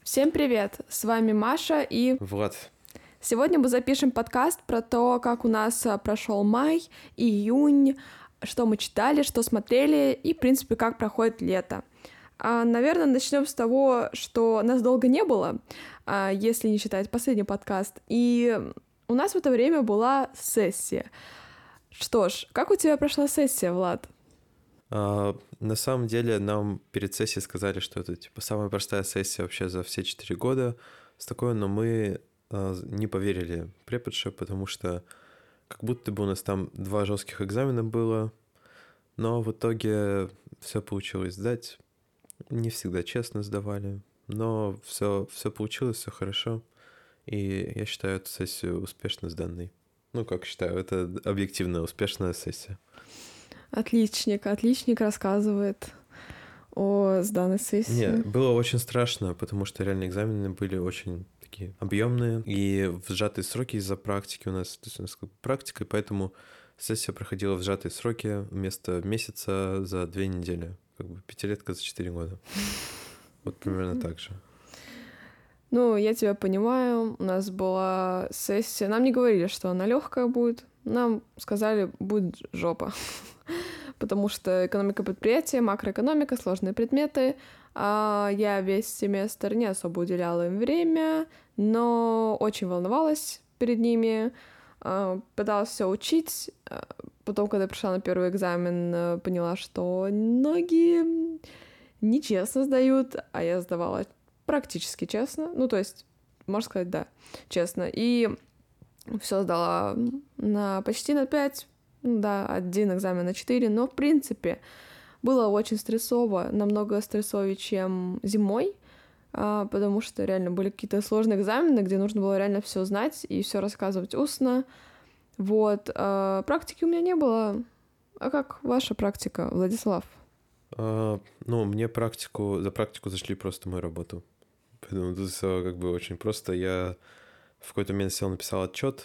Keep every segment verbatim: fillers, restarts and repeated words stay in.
Всем привет! С вами Маша и Влад. Сегодня мы запишем подкаст про то, как у нас прошел май, июнь, что мы читали, что смотрели и, в принципе, как проходит лето. А, наверное, начнем с того, что нас долго не было, а, если не считать последний подкаст, и у нас в это время была сессия. Что ж, как у тебя прошла сессия, Влад? А, на самом деле нам перед сессией сказали, что это типа самая простая сессия вообще за все четыре года с такой, но мы а, не поверили преподше, потому что как будто бы у нас там два жестких экзамена было, но в итоге все получилось сдать. Не всегда честно сдавали, но все, все получилось, все хорошо. И я считаю эту сессию успешно сданной. Ну, как считаю, это объективно успешная сессия. Отличник, отличник рассказывает о сданной сессии. Не, было очень страшно, потому что реально экзамены были очень такие объемные и в сжатые сроки из-за практики у нас, то есть у нас практика, и поэтому сессия проходила в сжатые сроки вместо месяца за две недели, как бы пятилетка за четыре года. Вот примерно так же. Ну, я тебя понимаю, у нас была сессия, нам не говорили, что она легкая будет, нам сказали, будет жопа, потому что экономика предприятия, макроэкономика, сложные предметы, а я весь семестр не особо уделяла им время, но очень волновалась перед ними, пыталась все учить, потом, когда пришла на первый экзамен, поняла, что многие нечестно сдают, а я сдавала практически честно, ну, то есть, можно сказать, да, честно. И все сдала на почти на пять, да, один экзамен на четыре, но, в принципе, было очень стрессово, намного стрессовее, чем зимой, потому что реально были какие-то сложные экзамены, где нужно было реально все знать и все рассказывать устно. Вот. Практики у меня не было. А как ваша практика, Владислав? А, ну, мне практику, за практику зашли просто мою работу. Поэтому тут все как бы очень просто. Я в какой-то момент сел, написал отчет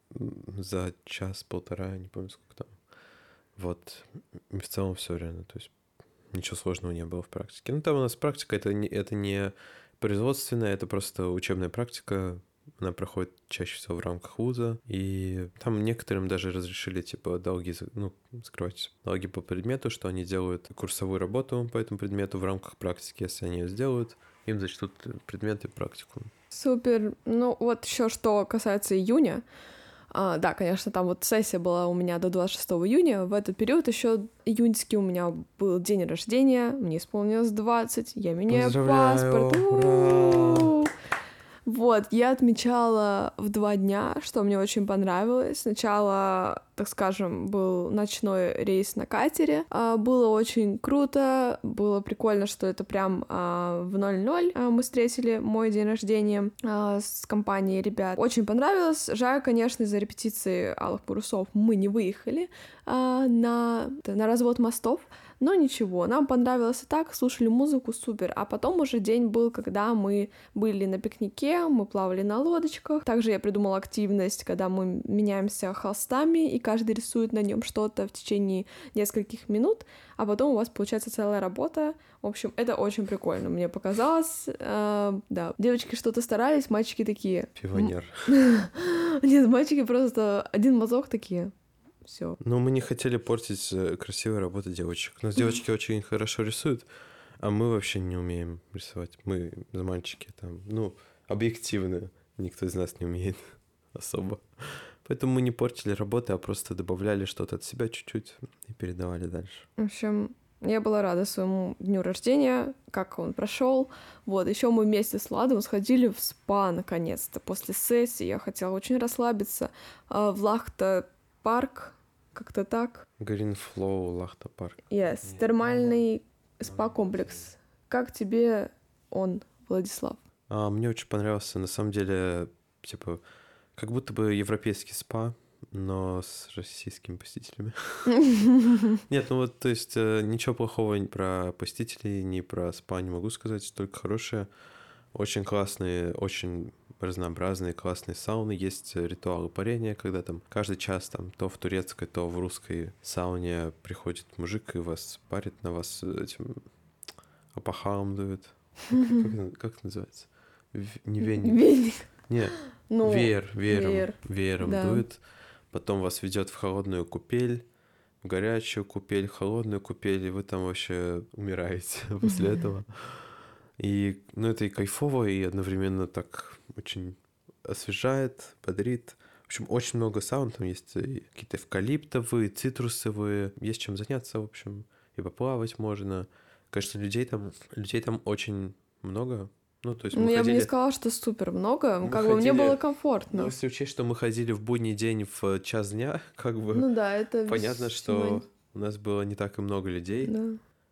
за час-полтора, не помню сколько там. Вот. И в целом все реально. То есть ничего сложного не было в практике. Ну, там у нас практика, это не, это не производственная, это просто учебная практика. Она проходит чаще всего в рамках вуза. И там некоторым даже разрешили, типа, долги, ну, скрывать долги по предмету, что они делают курсовую работу по этому предмету в рамках практики. Если они ее сделают, им зачтут предметы и практику. Супер. Ну, вот еще что касается июня. А, да, конечно, там вот сессия была у меня до двадцать шестого июня. В этот период еще июньский у меня был день рождения. Мне исполнилось двадцать. Я меняю паспорт. У-у-у. Вот, я отмечала в два дня, что мне очень понравилось. Сначала, так скажем, был ночной рейс на катере. Было очень круто, было прикольно, что это прям в ноль ноль мы встретили мой день рождения с компанией ребят. Очень понравилось. Жаль, конечно, из-за репетиции «Алых парусов» мы не выехали на, на развод мостов. Но ничего, нам понравилось и так, слушали музыку, супер. А потом уже день был, когда мы были на пикнике, мы плавали на лодочках. Также я придумала активность, когда мы меняемся холстами, и каждый рисует на нем что-то в течение нескольких минут, а потом у вас получается целая работа. В общем, это очень прикольно, мне показалось. Э, да, девочки что-то старались, мальчики такие... Пионер. Нет, мальчики просто один мазок такие... Все. Ну, мы не хотели портить красивую работу девочек. У нас девочки очень хорошо рисуют, а мы вообще не умеем рисовать. Мы мальчики там, ну, объективно. Никто из нас не умеет особо. Поэтому мы не портили работы, а просто добавляли что-то от себя чуть-чуть и передавали дальше. В общем, я была рада своему дню рождения, как он прошел. Вот, еще мы вместе с Владом сходили в спа наконец-то. После сессии я хотела очень расслабиться. В Лахта-парк, как-то так. Green Flow, Лахта-парк. Yes, термальный спа-комплекс. Как тебе он, Владислав? А, мне очень понравился, на самом деле, типа, как будто бы европейский спа, но с российскими посетителями. Нет, ну вот, то есть, ничего плохого ни про посетителей, ни про спа не могу сказать, только хорошее. Очень классные, очень разнообразные, классные сауны. Есть ритуалы парения, когда там каждый час там то в турецкой, то в русской сауне приходит мужик и вас парит, на вас этим опахалом дует. Как, как, как это называется? Не веник. Веник. Не, ну, веер, веером, веер. веером Да. дует, потом вас ведет в холодную купель, в горячую купель, холодную купель, и вы там вообще умираете после этого. И, ну, это и кайфово, и одновременно так очень освежает, бодрит. В общем, очень много саун, там есть и какие-то эвкалиптовые, цитрусовые, есть чем заняться, в общем, и поплавать можно. Конечно, людей там, людей там очень много. Ну, то есть мы Ну, я бы ходили... не сказала, что супер много. Мы Как бы мне ходили- было Ну, комфортно. если учесть, что мы ходили в будний день в час дня, как бы Ну да, это понятно, весьма- что у нас было не так и много людей, Да.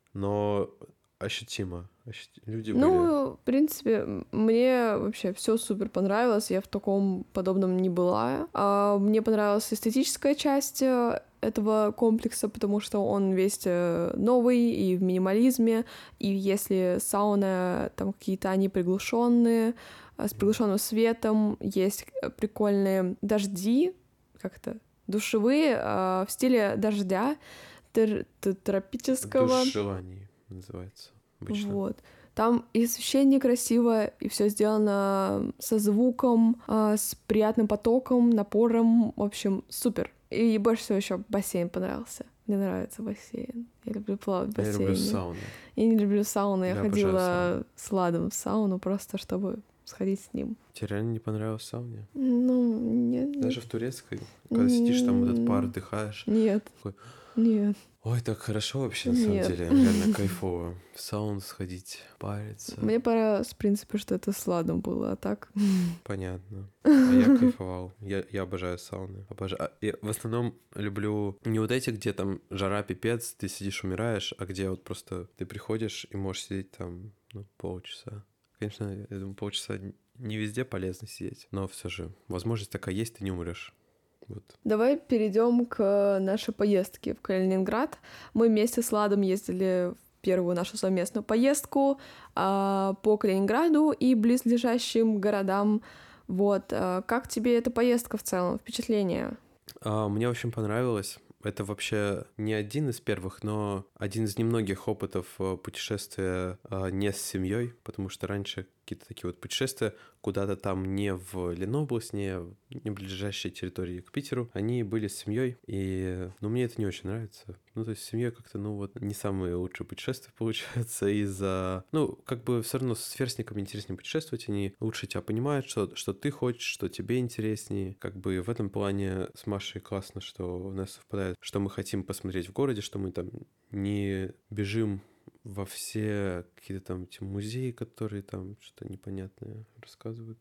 но ощутимо. ощути- Люди были... Ну, в принципе, м- мне вообще все супер понравилось. Я в таком подобном не была. А мне понравилась эстетическая часть э, этого комплекса, потому что он весь э, новый и в минимализме. И если сауна, там какие-то они приглушенные, э, с приглушенным светом, есть э, прикольные дожди, как-то душевые, э, в стиле дождя, тер- т- тропического. Душ желаний называется обычно. Вот. Там и освещение красивое, и все сделано со звуком, а, с приятным потоком, напором. В общем, супер. И больше всего еще бассейн понравился. Мне нравится бассейн. Я люблю плавать в Я бассейне. люблю сауну. Я не люблю сауну. Я, Я обожаю ходила сауну. с Ладом в сауну просто, чтобы сходить с ним. Тебе реально не понравилось сауне? Ну, нет. нет. Даже в турецкой, когда сидишь там, этот пар М, вдыхаешь. Нет. Такой, Нет. ой, так хорошо вообще, на самом Нет. деле. Реально кайфово. В сауну сходить, париться. Мне понравилось, в принципе, что это с Ладом было, а так... Понятно. А я кайфовал. Я, я обожаю сауны. Обожаю. А я в основном люблю не вот эти, где там жара пипец, ты сидишь, умираешь, а где вот просто ты приходишь и можешь сидеть там, ну, полчаса. Конечно, я думаю, полчаса не везде полезно сидеть, но все же возможность такая есть, ты не умрешь. Вот. Давай перейдем к нашей поездке в Калининград. Мы вместе с Ладом ездили в первую нашу совместную поездку а, по Калининграду и близлежащим городам. Вот. А, как тебе эта поездка в целом, впечатление? А, мне очень понравилось. Это вообще не один из первых, но один из немногих опытов э, путешествия э, не с семьей, потому что раньше какие-то такие вот путешествия куда-то там не в Ленобласть, не в не ближайшей территории к Питеру, они были с семьей, и, ну, мне это не очень нравится. Ну, то есть с семьей как-то, ну, вот не самые лучшие путешествия получаются из-за... Ну, как бы все равно с сверстниками интереснее путешествовать, они лучше тебя понимают, что, что ты хочешь, что тебе интереснее. Как бы в этом плане с Машей классно, что у нас совпадает, что мы хотим посмотреть в городе, что мы там не бежим во все какие-то там эти музеи, которые там что-то непонятное рассказывают.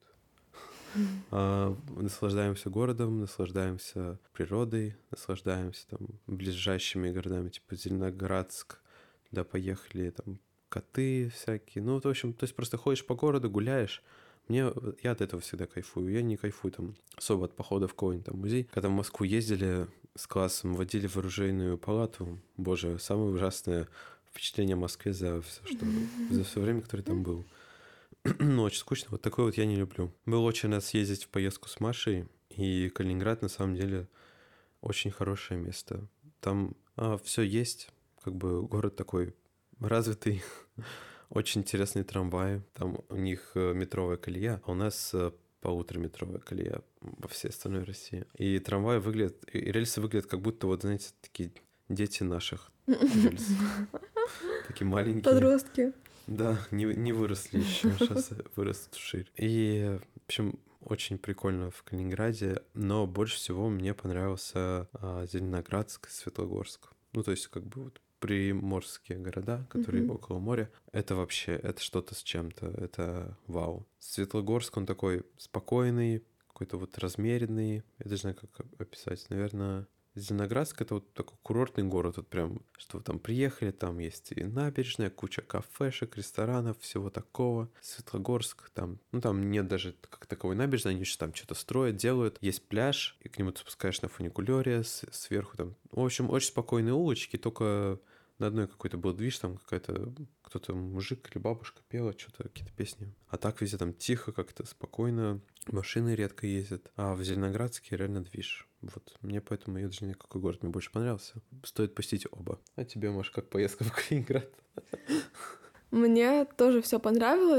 А, наслаждаемся городом, наслаждаемся природой, наслаждаемся там ближайшими городами, типа Зеленоградск, туда поехали, там коты всякие. Ну, вот, в общем, то есть просто ходишь по городу, гуляешь. Мне, я от этого всегда кайфую. Я не кайфую там особо от похода в какой-нибудь там музей. Когда в Москву ездили с классом, водили в оружейную палату, боже, самое ужасное впечатление о Москве за все, что, за все время, которое там был. Ну, очень скучно. Вот такое вот я не люблю. Было очень рад съездить в поездку с Машей, и Калининград на самом деле очень хорошее место. Там а, все есть, как бы город такой развитый, очень интересные трамваи. Там у них э, метровая колея, а у нас э, полутораметровая колея во всей остальной России. И трамваи выглядят, и рельсы выглядят как будто, вот, знаете, такие дети наших рельс. Такие маленькие. Подростки. Да, не, не выросли еще, сейчас вырастут шире. И, в общем, очень прикольно в Калининграде, но больше всего мне понравился а, Зеленоградск и Светлогорск. Ну, то есть, как бы вот приморские города, которые Мгм. около моря. Это вообще, это что-то с чем-то, это вау. Светлогорск, он такой спокойный, какой-то вот размеренный. Я даже не знаю, как описать. Наверное, Зеленоградск — это вот такой курортный город, вот прям, что вы там приехали, там есть и набережная, куча кафешек, ресторанов, всего такого. Светлогорск, там, ну там нет даже как таковой набережной, они еще там что-то строят, делают. Есть пляж, и к нему ты спускаешь на фуникулере, с- сверху там. В общем, очень спокойные улочки, только на одной какой-то был движ, там какая-то, кто-то мужик или бабушка пела что-то, какие-то песни. А так везде там тихо, как-то спокойно, машины редко ездят. А в Зеленоградске реально движ. Вот, мне поэтому, я даже не знаю, какой город мне больше понравился. Стоит посетить оба. А тебе, Маш, как поездка в Калининград? Мне тоже все понравилось.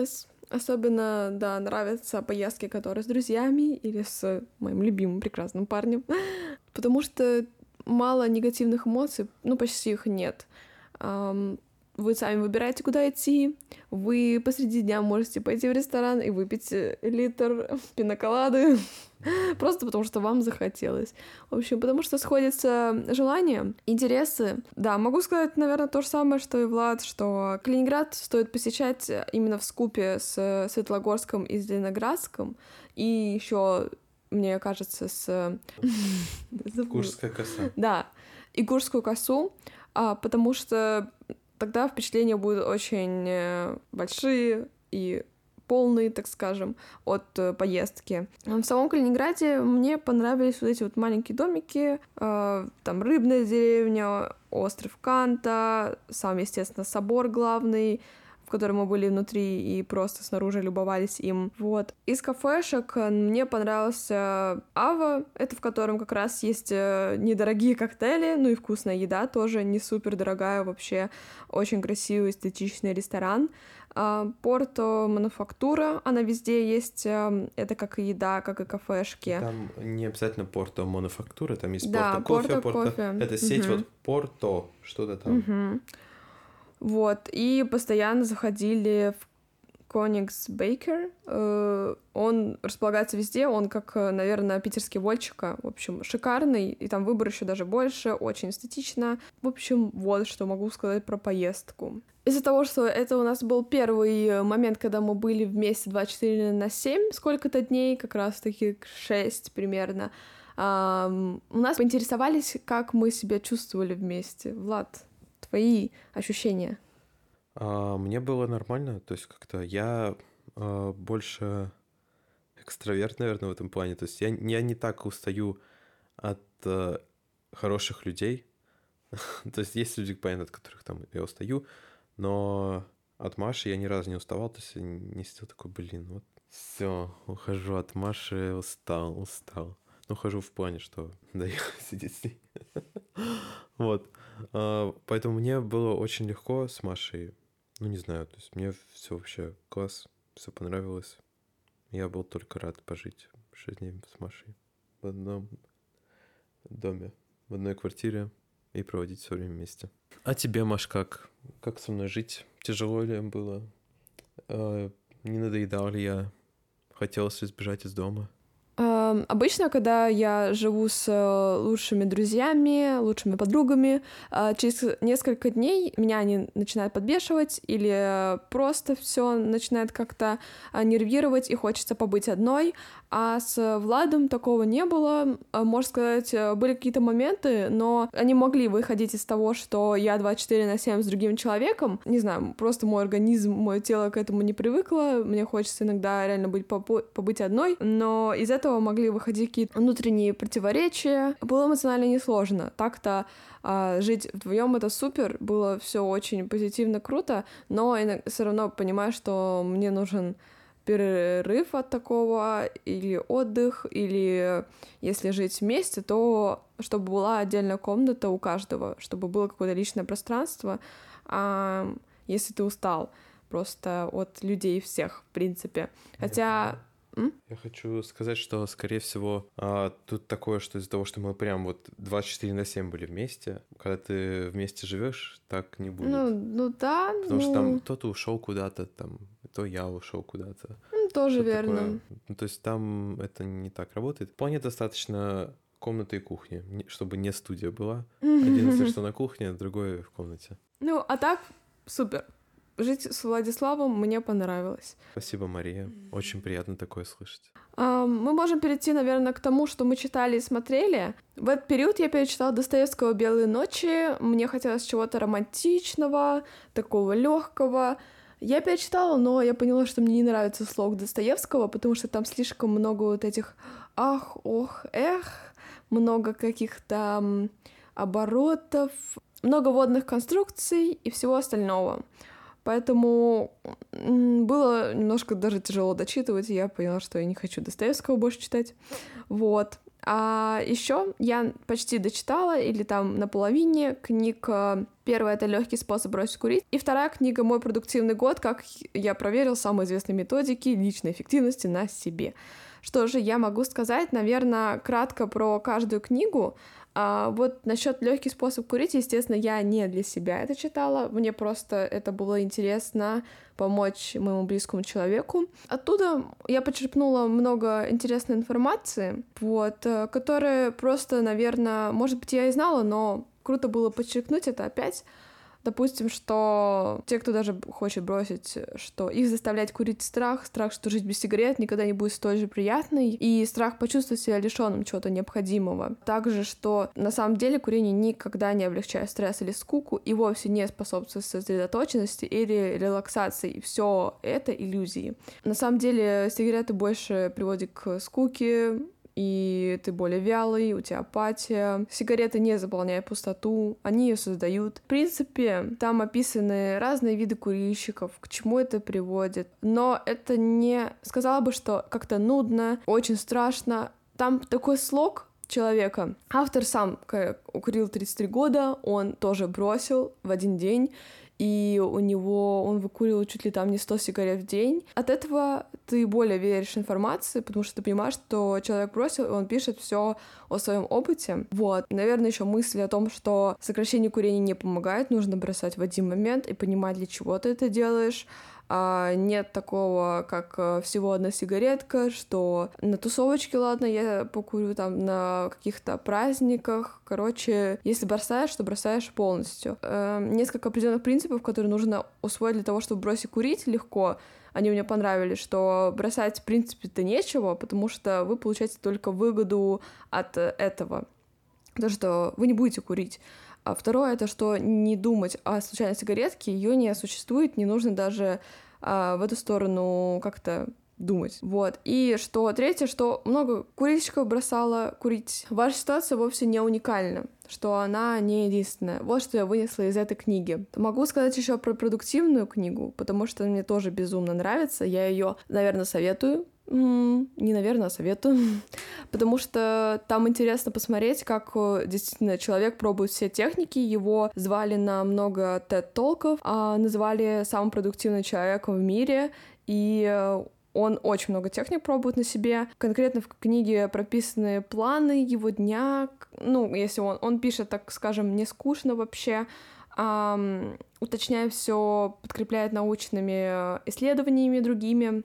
особенно, да, нравятся поездки, которые с друзьями или с моим любимым прекрасным парнем, потому что мало негативных эмоций, ну, почти их нет. Вы сами выбираете, куда идти, вы посреди дня можете пойти в ресторан и выпить литр пиноколады, просто потому что вам захотелось. В общем, потому что сходятся желания, интересы. Да, могу сказать, наверное, то же самое, что и Влад, что Калининград стоит посещать именно вскупе с Светлогорском и Зеленоградском, и еще, мне кажется, с... Куршская коса. Да, и Куршскую косу, потому что тогда впечатления будут очень большие и полные, так скажем, от поездки. В самом Калининграде мне понравились вот эти вот маленькие домики, там Рыбная деревня, остров Канта, сам, естественно, собор главный, в котором мы были внутри и просто снаружи любовались им. Вот. Из кафешек мне понравился Ава, это в котором как раз есть недорогие коктейли, ну и вкусная еда тоже, не супер дорогая вообще, очень красивый, эстетичный ресторан. Порто Мануфактура, она везде есть, это как и еда, как и кафешки. Там не обязательно Порто Мануфактура, там есть да, Порто Кофе, Порто Кофе. Это сеть угу. вот Порто, что-то там. Угу. Вот, и постоянно заходили в Коникс Бейкер. Он располагается везде, он как, наверное, питерский Вольчика. В общем, шикарный, и там выбор еще даже больше, очень эстетично. В общем, вот что могу сказать про поездку. Из-за того, что это у нас был первый момент, когда мы были вместе двадцать четыре на семь, сколько-то дней, как раз-таки шесть примерно, у нас поинтересовались, как мы себя чувствовали вместе. Влад, твои ощущения? А, мне было нормально, то есть как-то я а, больше экстраверт, наверное, в этом плане. То есть я, я не так устаю от а, хороших людей. То есть есть люди, понятно, от которых там я устаю, но от Маши я ни разу не уставал, то есть я не сидел такой, блин, вот все, ухожу от Маши, устал, устал. Ну, ухожу в плане, что да, я сидеть с ней. Вот. Поэтому мне было очень легко с Машей. Ну, не знаю, то есть мне все вообще класс, все понравилось. Я был только рад пожить шесть дней с Машей в одном доме, в одной квартире и проводить все время вместе. А тебе, Маш, как? Как со мной жить? Тяжело ли было? Не надоедал ли я? Хотелось ли сбежать из дома? Обычно, когда я живу с лучшими друзьями, лучшими подругами, через несколько дней меня они начинают подбешивать или просто все начинает как-то нервировать и хочется побыть одной. А с Владом такого не было. Можно сказать, были какие-то моменты, но они могли выходить из того, что я двадцать четыре на семь с другим человеком. Не знаю, просто мой организм, мое тело к этому не привыкло. Мне хочется иногда реально быть побыть одной, но из этого могли выходить какие-то внутренние противоречия. Было эмоционально несложно. Так-то а, жить вдвоем это супер, было все очень позитивно, круто, но все равно понимаю, что мне нужен перерыв от такого, или отдых, или если жить вместе, то чтобы была отдельная комната у каждого, чтобы было какое-то личное пространство, а если ты устал просто от людей всех, в принципе. Хотя... Я хочу сказать, что, скорее всего, а, тут такое, что из-за того, что мы прям вот двадцать четыре на семь были вместе, когда ты вместе живешь, так не будет. Ну, ну да. Потому ну... что там кто-то ушел куда-то, там, то я ушел куда-то. Ну, тоже верно. Ну, то есть там это не так работает. Вполне достаточно комнаты и кухни, чтобы не студия была. Один, если что, на кухне, другой в комнате. Ну, а так, супер. Жить с Владиславом мне понравилось. Спасибо, Мария. Очень приятно такое слышать. Мы можем перейти, наверное, к тому, что мы читали и смотрели. В этот период я перечитала Достоевского «Белые ночи». Мне хотелось чего-то романтичного, такого легкого. Я перечитала, но я поняла, что мне не нравится слог Достоевского, потому что там слишком много вот этих «ах», «ох», «эх», много каких-то оборотов, много водных конструкций и всего остального. Поэтому было немножко даже тяжело дочитывать, и я поняла, что я не хочу Достоевского больше читать. Вот. А еще я почти дочитала, или там на половине книг. Первая — это «Легкий способ бросить курить». И вторая книга «Мой продуктивный год. Как я проверил самые известные методики личной эффективности на себе». Что же я могу сказать, наверное, кратко про каждую книгу. А вот насчет «Легкий способ курить», естественно, я не для себя это читала. Мне просто это было интересно помочь моему близкому человеку. Оттуда я почерпнула много интересной информации, вот, которая просто, наверное, может быть, я и знала, но круто было подчеркнуть это опять. Допустим, что те, кто даже хочет бросить, что их заставляет курить страх, страх, что жить без сигарет никогда не будет столь же приятной, и страх почувствовать себя лишенным чего-то необходимого. Также, что на самом деле курение никогда не облегчает стресс или скуку и вовсе не способствует сосредоточенности или релаксации. Все это иллюзии. На самом деле сигареты больше приводят к скуке, и ты более вялый, у тебя апатия. Сигареты не заполняют пустоту, они ее создают. В принципе, там описаны разные виды курильщиков, к чему это приводит. Но это не... Сказала бы, что как-то нудно, очень страшно. Там такой слог человека. Автор сам курил тридцать три года, он тоже бросил в один день, и у него он выкуривал чуть ли там не сто сигарет в день. От этого ты более веришь информации, потому что ты понимаешь, что человек бросил, и он пишет все о своем опыте. Вот. Наверное, еще мысли о том, что сокращение курения не помогает, нужно бросать в один момент и понимать, для чего ты это делаешь. А нет такого, как всего одна сигаретка, что на тусовочке, ладно, я покурю там на каких-то праздниках. Короче, если бросаешь, то бросаешь полностью. Э, несколько определенных принципов, которые нужно усвоить для того, чтобы бросить курить легко. Они мне понравились, что бросать, в принципе-то, нечего, потому что вы получаете только выгоду от этого. То, что вы не будете курить. А второе — это что не думать о случайной сигаретке, ее не существует, не нужно даже а, в эту сторону как-то думать. Вот. И что третье, что много курильщиков бросало курить. Ваша ситуация вовсе не уникальна, что она не единственная. Вот что я вынесла из этой книги. Могу сказать еще про продуктивную книгу, потому что мне тоже безумно нравится. Я ее, наверное, советую. Не, наверное, а советую, потому что там интересно посмотреть, как действительно человек пробует все техники. Его звали на много тед-толков, а называли самым продуктивным человеком в мире, и он очень много техник пробует на себе. Конкретно в книге прописаны планы его дня. Ну, если он, он пишет, так скажем, не скучно вообще, а, уточняя все, подкрепляет научными исследованиями другими.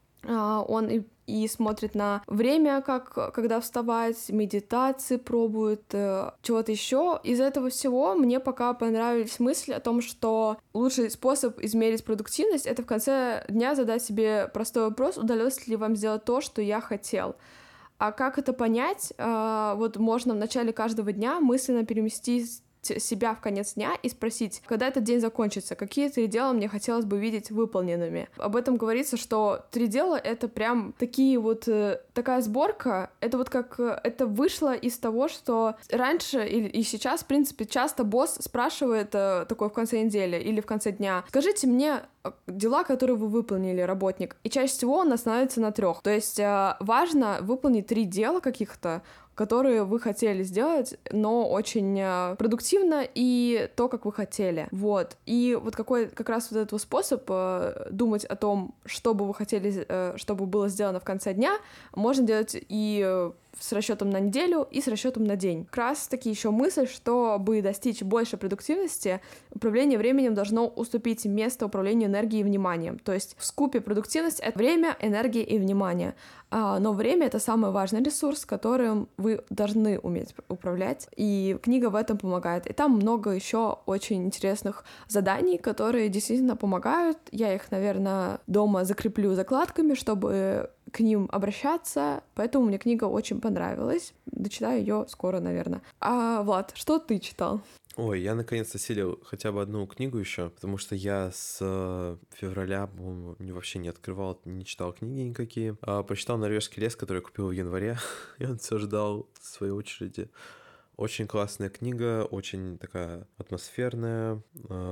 Он и, и смотрит на время, как, когда вставать, медитации пробует, э, чего-то еще. Из этого всего мне пока понравились мысли о том, что лучший способ измерить продуктивность — это в конце дня задать себе простой вопрос: удалось ли вам сделать то, что я хотел. А как это понять? Э, вот можно в начале каждого дня мысленно переместить себя в конец дня и спросить, когда этот день закончится, какие три дела мне хотелось бы видеть выполненными. Об этом говорится, что три дела — это прям такие вот, э, такая сборка, это вот как, э, это вышло из того, что раньше и, и сейчас, в принципе, часто босс спрашивает э, такой в конце недели или в конце дня: скажите мне дела, которые вы выполнили, работник. И чаще всего он останавливается на трех. То есть э, важно выполнить три дела каких-то, которые вы хотели сделать, но очень э, продуктивно и то, как вы хотели. Вот. И вот какой как раз вот этот вот способ э, думать о том, что бы вы хотели, э, чтобы было сделано в конце дня, можно делать и э, с расчетом на неделю, и с расчетом на день. Как раз таки еще мысль, чтобы достичь большей продуктивности, управление временем должно уступить место управлению энергией и вниманием. То есть в скупе продуктивность — это время, энергия и внимание. А, но время — это самый важный ресурс, которым вы должны уметь управлять, и книга в этом помогает. И там много еще очень интересных заданий, которые действительно помогают. Я их, наверное, дома закреплю закладками, чтобы к ним обращаться, поэтому мне книга очень понравилась. Дочитаю ее скоро, наверное. А, Влад, что ты читал? Ой, я наконец-то осилил хотя бы одну книгу еще, потому что я с февраля, по-моему, вообще не открывал, не читал книги никакие. А, прочитал «Норвежский лес», который я купил в январе, и он все ждал в своей очереди Очень классная книга, очень такая атмосферная.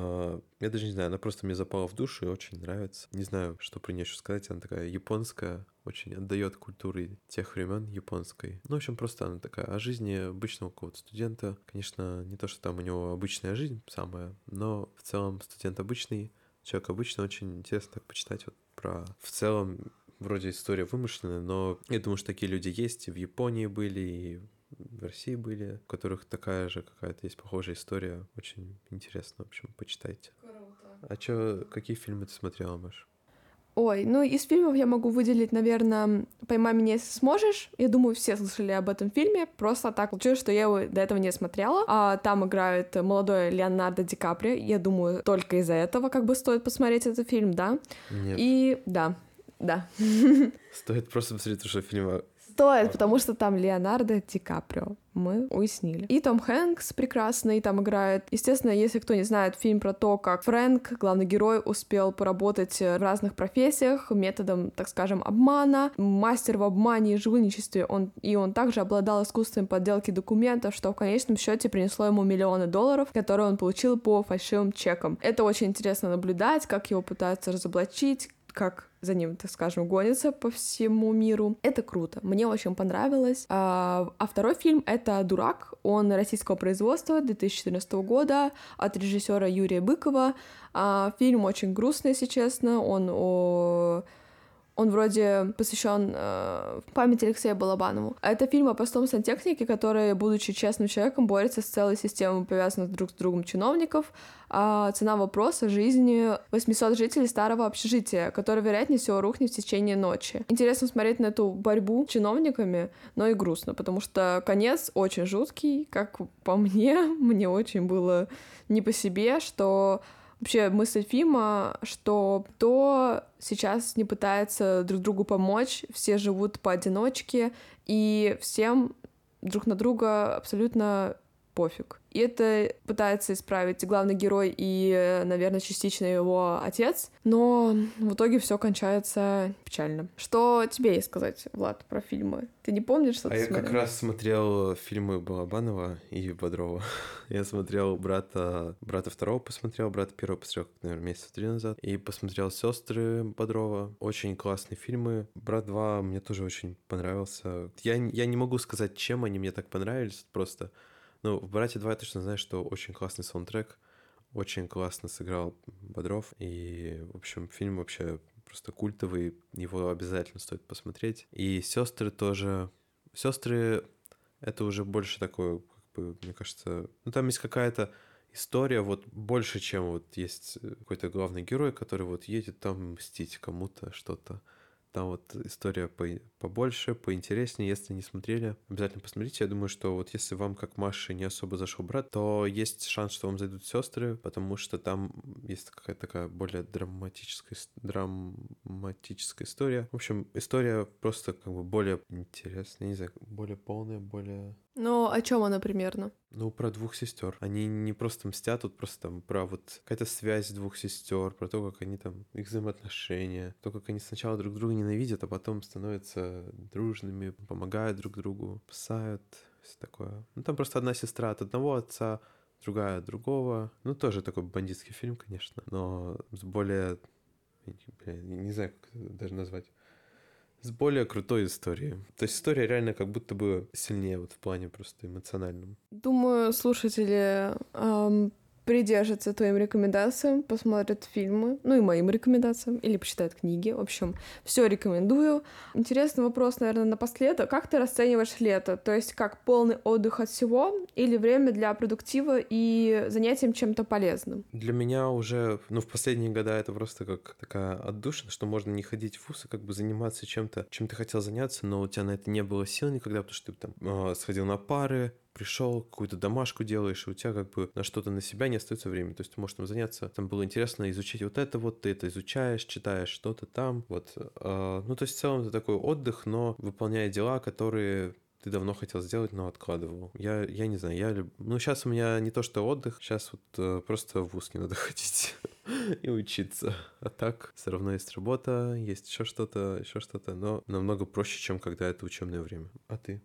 Я даже не знаю, она просто мне запала в душу и очень нравится. Не знаю, что про нее еще сказать. Она такая японская, очень отдает культуре тех времен японской. Ну, в общем, просто она такая о жизни обычного какого-то студента. Конечно, не то, что там у него обычная жизнь самая, но в целом студент обычный, человек обычный. Очень интересно так почитать вот про... В целом, вроде история вымышленная, но я думаю, что такие люди есть, и в Японии были, и в России были, у которых такая же какая-то есть похожая история. Очень интересно, в общем, почитайте. Круто. А чё, какие фильмы ты смотрела, Маш? Ой, ну из фильмов я могу выделить, наверное, «Поймай меня, если сможешь». Я думаю, все слышали об этом фильме. Просто так получилось, что я его до этого не смотрела. А там играет молодой Леонардо Ди Каприо. Я думаю, только из-за этого как бы стоит посмотреть этот фильм, да? Нет. И да, да. Стоит просто посмотреть, потому что фильм... Стоит, потому что там Леонардо Ди Каприо. Мы уяснили. И Том Хэнкс прекрасный там играет. Естественно, если кто не знает, фильм про то, как Фрэнк, главный герой, успел поработать в разных профессиях методом, так скажем, обмана. Мастер в обмане и жульничестве. Он, и он также обладал искусством подделки документов, что в конечном счете принесло ему миллионы долларов, которые он получил по фальшивым чекам. Это очень интересно наблюдать, как его пытаются разоблачить, как за ним, так скажем, гонится по всему миру. Это круто. Мне очень понравилось. А, а второй фильм — это «Дурак». Он российского производства две тысячи четырнадцатого года от режиссера Юрия Быкова. А, фильм очень грустный, если честно. Он о... Он вроде посвящен э, памяти Алексея Балабанова. Это фильм о простом сантехнике, который, будучи честным человеком, борется с целой системой повязанных друг с другом чиновников. А цена вопроса — жизни восьмисот жителей старого общежития, которое, вероятнее всего, рухнет в течение ночи. Интересно смотреть на эту борьбу с чиновниками, но и грустно, потому что конец очень жуткий, как по мне. Мне очень было не по себе, что... Вообще мысль фильма, что кто сейчас не пытается друг другу помочь, все живут поодиночке, и всем друг на друга абсолютно пофиг. И это пытается исправить главный герой и, наверное, частично его отец, но в итоге все кончается печально. Что тебе есть сказать, Влад, про фильмы? Ты не помнишь, что а ты я смотрел? как раз смотрел фильмы Балабанова и Бодрова. Я смотрел брата, брата второго посмотрел, брата первого посмотрел, наверное, месяца три назад. И посмотрел «Сестры» Бодрова. Очень классные фильмы. «Брат два» мне тоже очень понравился. Я, я не могу сказать, чем они мне так понравились, просто... Ну, в «Брате два» я точно знаю, что очень классный саундтрек, очень классно сыграл Бодров, и, в общем, фильм вообще просто культовый, его обязательно стоит посмотреть. И «Сестры» тоже... «Сестры» — это уже больше такое, как бы, мне кажется... Ну, там есть какая-то история, вот, больше, чем вот есть какой-то главный герой, который вот едет там мстить кому-то что-то. Там вот история по, побольше, поинтереснее. Если не смотрели, обязательно посмотрите. Я думаю, что вот если вам, как Маше, не особо зашел брат, то есть шанс, что вам зайдут «Сестры», потому что там есть какая-то такая более драматическая, драматическая история. В общем, история просто как бы более интересная, не знаю, более полная, более... Ну, о чем она примерно? Ну, про двух сестер. Они не просто мстят, тут просто там про вот какая-то связь двух сестер, про то, как они там, их взаимоотношения, то, как они сначала друг друга ненавидят, а потом становятся дружными, помогают друг другу, спасают, все такое. Ну, там просто одна сестра от одного отца, другая от другого. Ну, тоже такой бандитский фильм, конечно, но с более... Бля, не знаю, как это даже назвать. С более крутой историей. То есть история реально как будто бы сильнее вот в плане просто эмоциональном. Думаю, слушатели эм, придержатся твоим рекомендациям, посмотрят фильмы, ну и моим рекомендациям, или почитают книги. В общем, все рекомендую. Интересный вопрос, наверное, напоследок. Как ты расцениваешь лето? То есть как полный отдых от всего или время для продуктива и занятием чем-то полезным? Для меня уже, ну, в последние года это просто как такая отдушина, что можно не ходить в вуз и как бы заниматься чем-то, чем ты хотел заняться, но у тебя на это не было сил никогда, потому что ты там э, сходил на пары, пришел, какую-то домашку делаешь, и у тебя как бы на что-то на себя не остается времени. То есть ты можешь там заняться, там было интересно изучить вот это вот, ты это изучаешь, читаешь что-то там, вот. Э, ну, то есть в целом это такой отдых, но выполняя дела, которые ты давно хотел сделать, но откладывал. Я, я не знаю, я люб... Ну, сейчас у меня не то что отдых, сейчас вот э, просто в вуз не надо ходить и учиться. А так, все равно есть работа, есть еще что-то, еще что-то, но намного проще, чем когда это учебное время. А ты?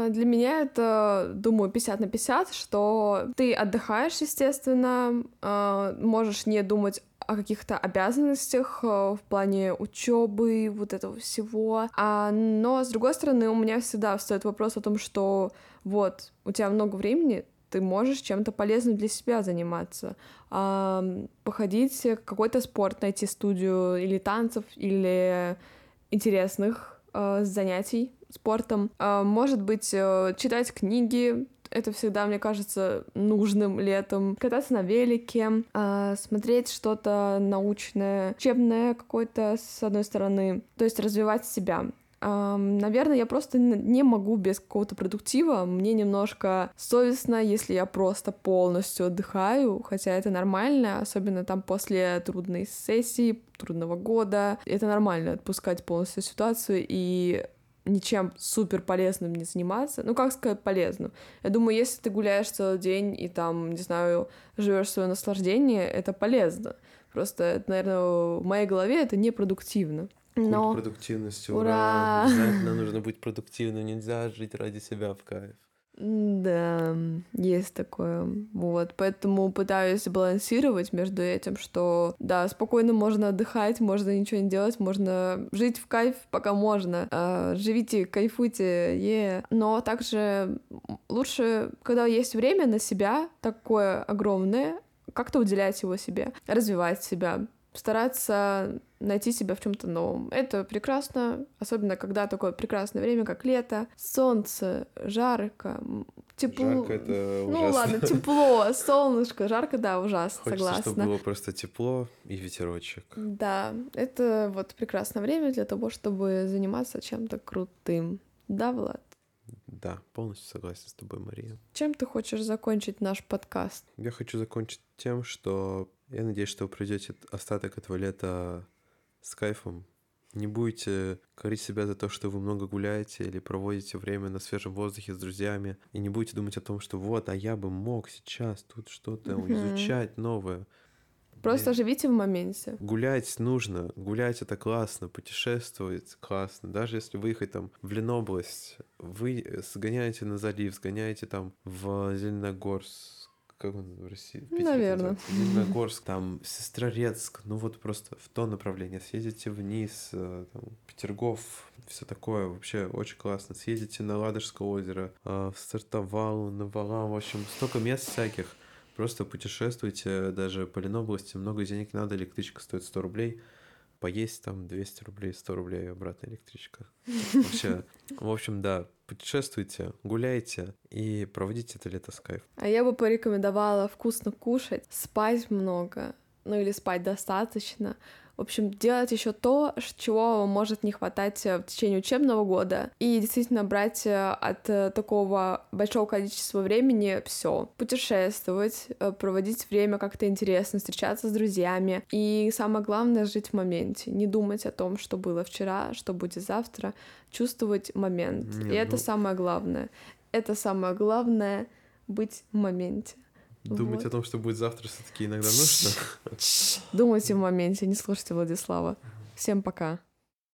Для меня это, думаю, пятьдесят на пятьдесят, что ты отдыхаешь, естественно, можешь не думать о каких-то обязанностях в плане учебы, вот этого всего. А, но, с другой стороны, у меня всегда встает вопрос о том, что вот, у тебя много времени, ты можешь чем-то полезным для себя заниматься, а, походить в какой-то спорт, найти студию или танцев, или интересных а, занятий спортом. А, может быть, читать книги, это всегда, мне кажется, нужным летом. Кататься на велике, э, смотреть что-то научное, учебное какое-то, с одной стороны. То есть развивать себя. Э, наверное, я просто не могу без какого-то продуктива. Мне немножко совестно, если я просто полностью отдыхаю, хотя это нормально, особенно там после трудной сессии, трудного года. Это нормально отпускать полностью ситуацию и ничем супер полезным не заниматься. Ну, как сказать полезным? Я думаю, если ты гуляешь целый день и там, не знаю, живешь свое наслаждение, это полезно. Просто, это, наверное, в моей голове это непродуктивно. Но... Культ продуктивности, ура! Ура! Обязательно нужно быть продуктивным, нельзя жить ради себя в кайф. Да, есть такое. Вот, поэтому пытаюсь балансировать между этим, что, да, спокойно можно отдыхать, можно ничего не делать, можно жить в кайф, пока можно. А, живите, кайфуйте, е. Yeah. Но также лучше, когда есть время на себя, такое огромное, как-то уделять его себе, развивать себя, стараться найти себя в чем-то новом. Это прекрасно, особенно когда такое прекрасное время, как лето, солнце, жарко, тепло. Жарко — это ужасно. Ну ладно, тепло, солнышко, жарко, да, ужасно, Хочется, согласна. чтобы было просто тепло и ветерочек. Да, это вот прекрасное время для того, чтобы заниматься чем-то крутым. Да, Влад? Да, полностью согласен с тобой, Мария. Чем ты хочешь закончить наш подкаст? Я хочу закончить тем, что я надеюсь, что вы проведете остаток этого лета с кайфом. Не будете корить себя за то, что вы много гуляете или проводите время на свежем воздухе с друзьями. И не будете думать о том, что вот, а я бы мог сейчас тут что-то Мгм. изучать новое. Просто Блин. живите в моменте. Гулять нужно. Гулять — это классно. Путешествовать классно. Даже если выехать там в Ленобласть, вы сгоняете на залив, сгоняете там в Зеленогорск. Как он в России? В Питере Наверное. называется? Зеленогорск, там Сестрорецк, ну вот просто в то направление. Съездите вниз, там, Петергоф, все такое. Вообще очень классно. Съездите на Ладожское озеро, в Сартовал, на Валам. В общем, столько мест всяких. Просто путешествуйте, даже по Ленобласти, много денег не надо, электричка стоит сто рублей, поесть там двести рублей, сто рублей, и обратно электричка. Вообще, в общем, да, путешествуйте, гуляйте и проводите это лето с кайфом. А я бы порекомендовала вкусно кушать, спать много, ну или спать достаточно. В общем, делать еще то, чего вам может не хватать в течение учебного года, и действительно брать от такого большого количества времени все. Путешествовать, проводить время как-то интересно, встречаться с друзьями. И самое главное — жить в моменте. Не думать о том, что было вчера, что будет завтра. Чувствовать момент. Не, и это ну... самое главное. Это самое главное — быть в моменте. Думать вот. о том, что будет завтра, все-таки иногда нужно. Думайте в моменте, не слушайте Владислава. Всем пока.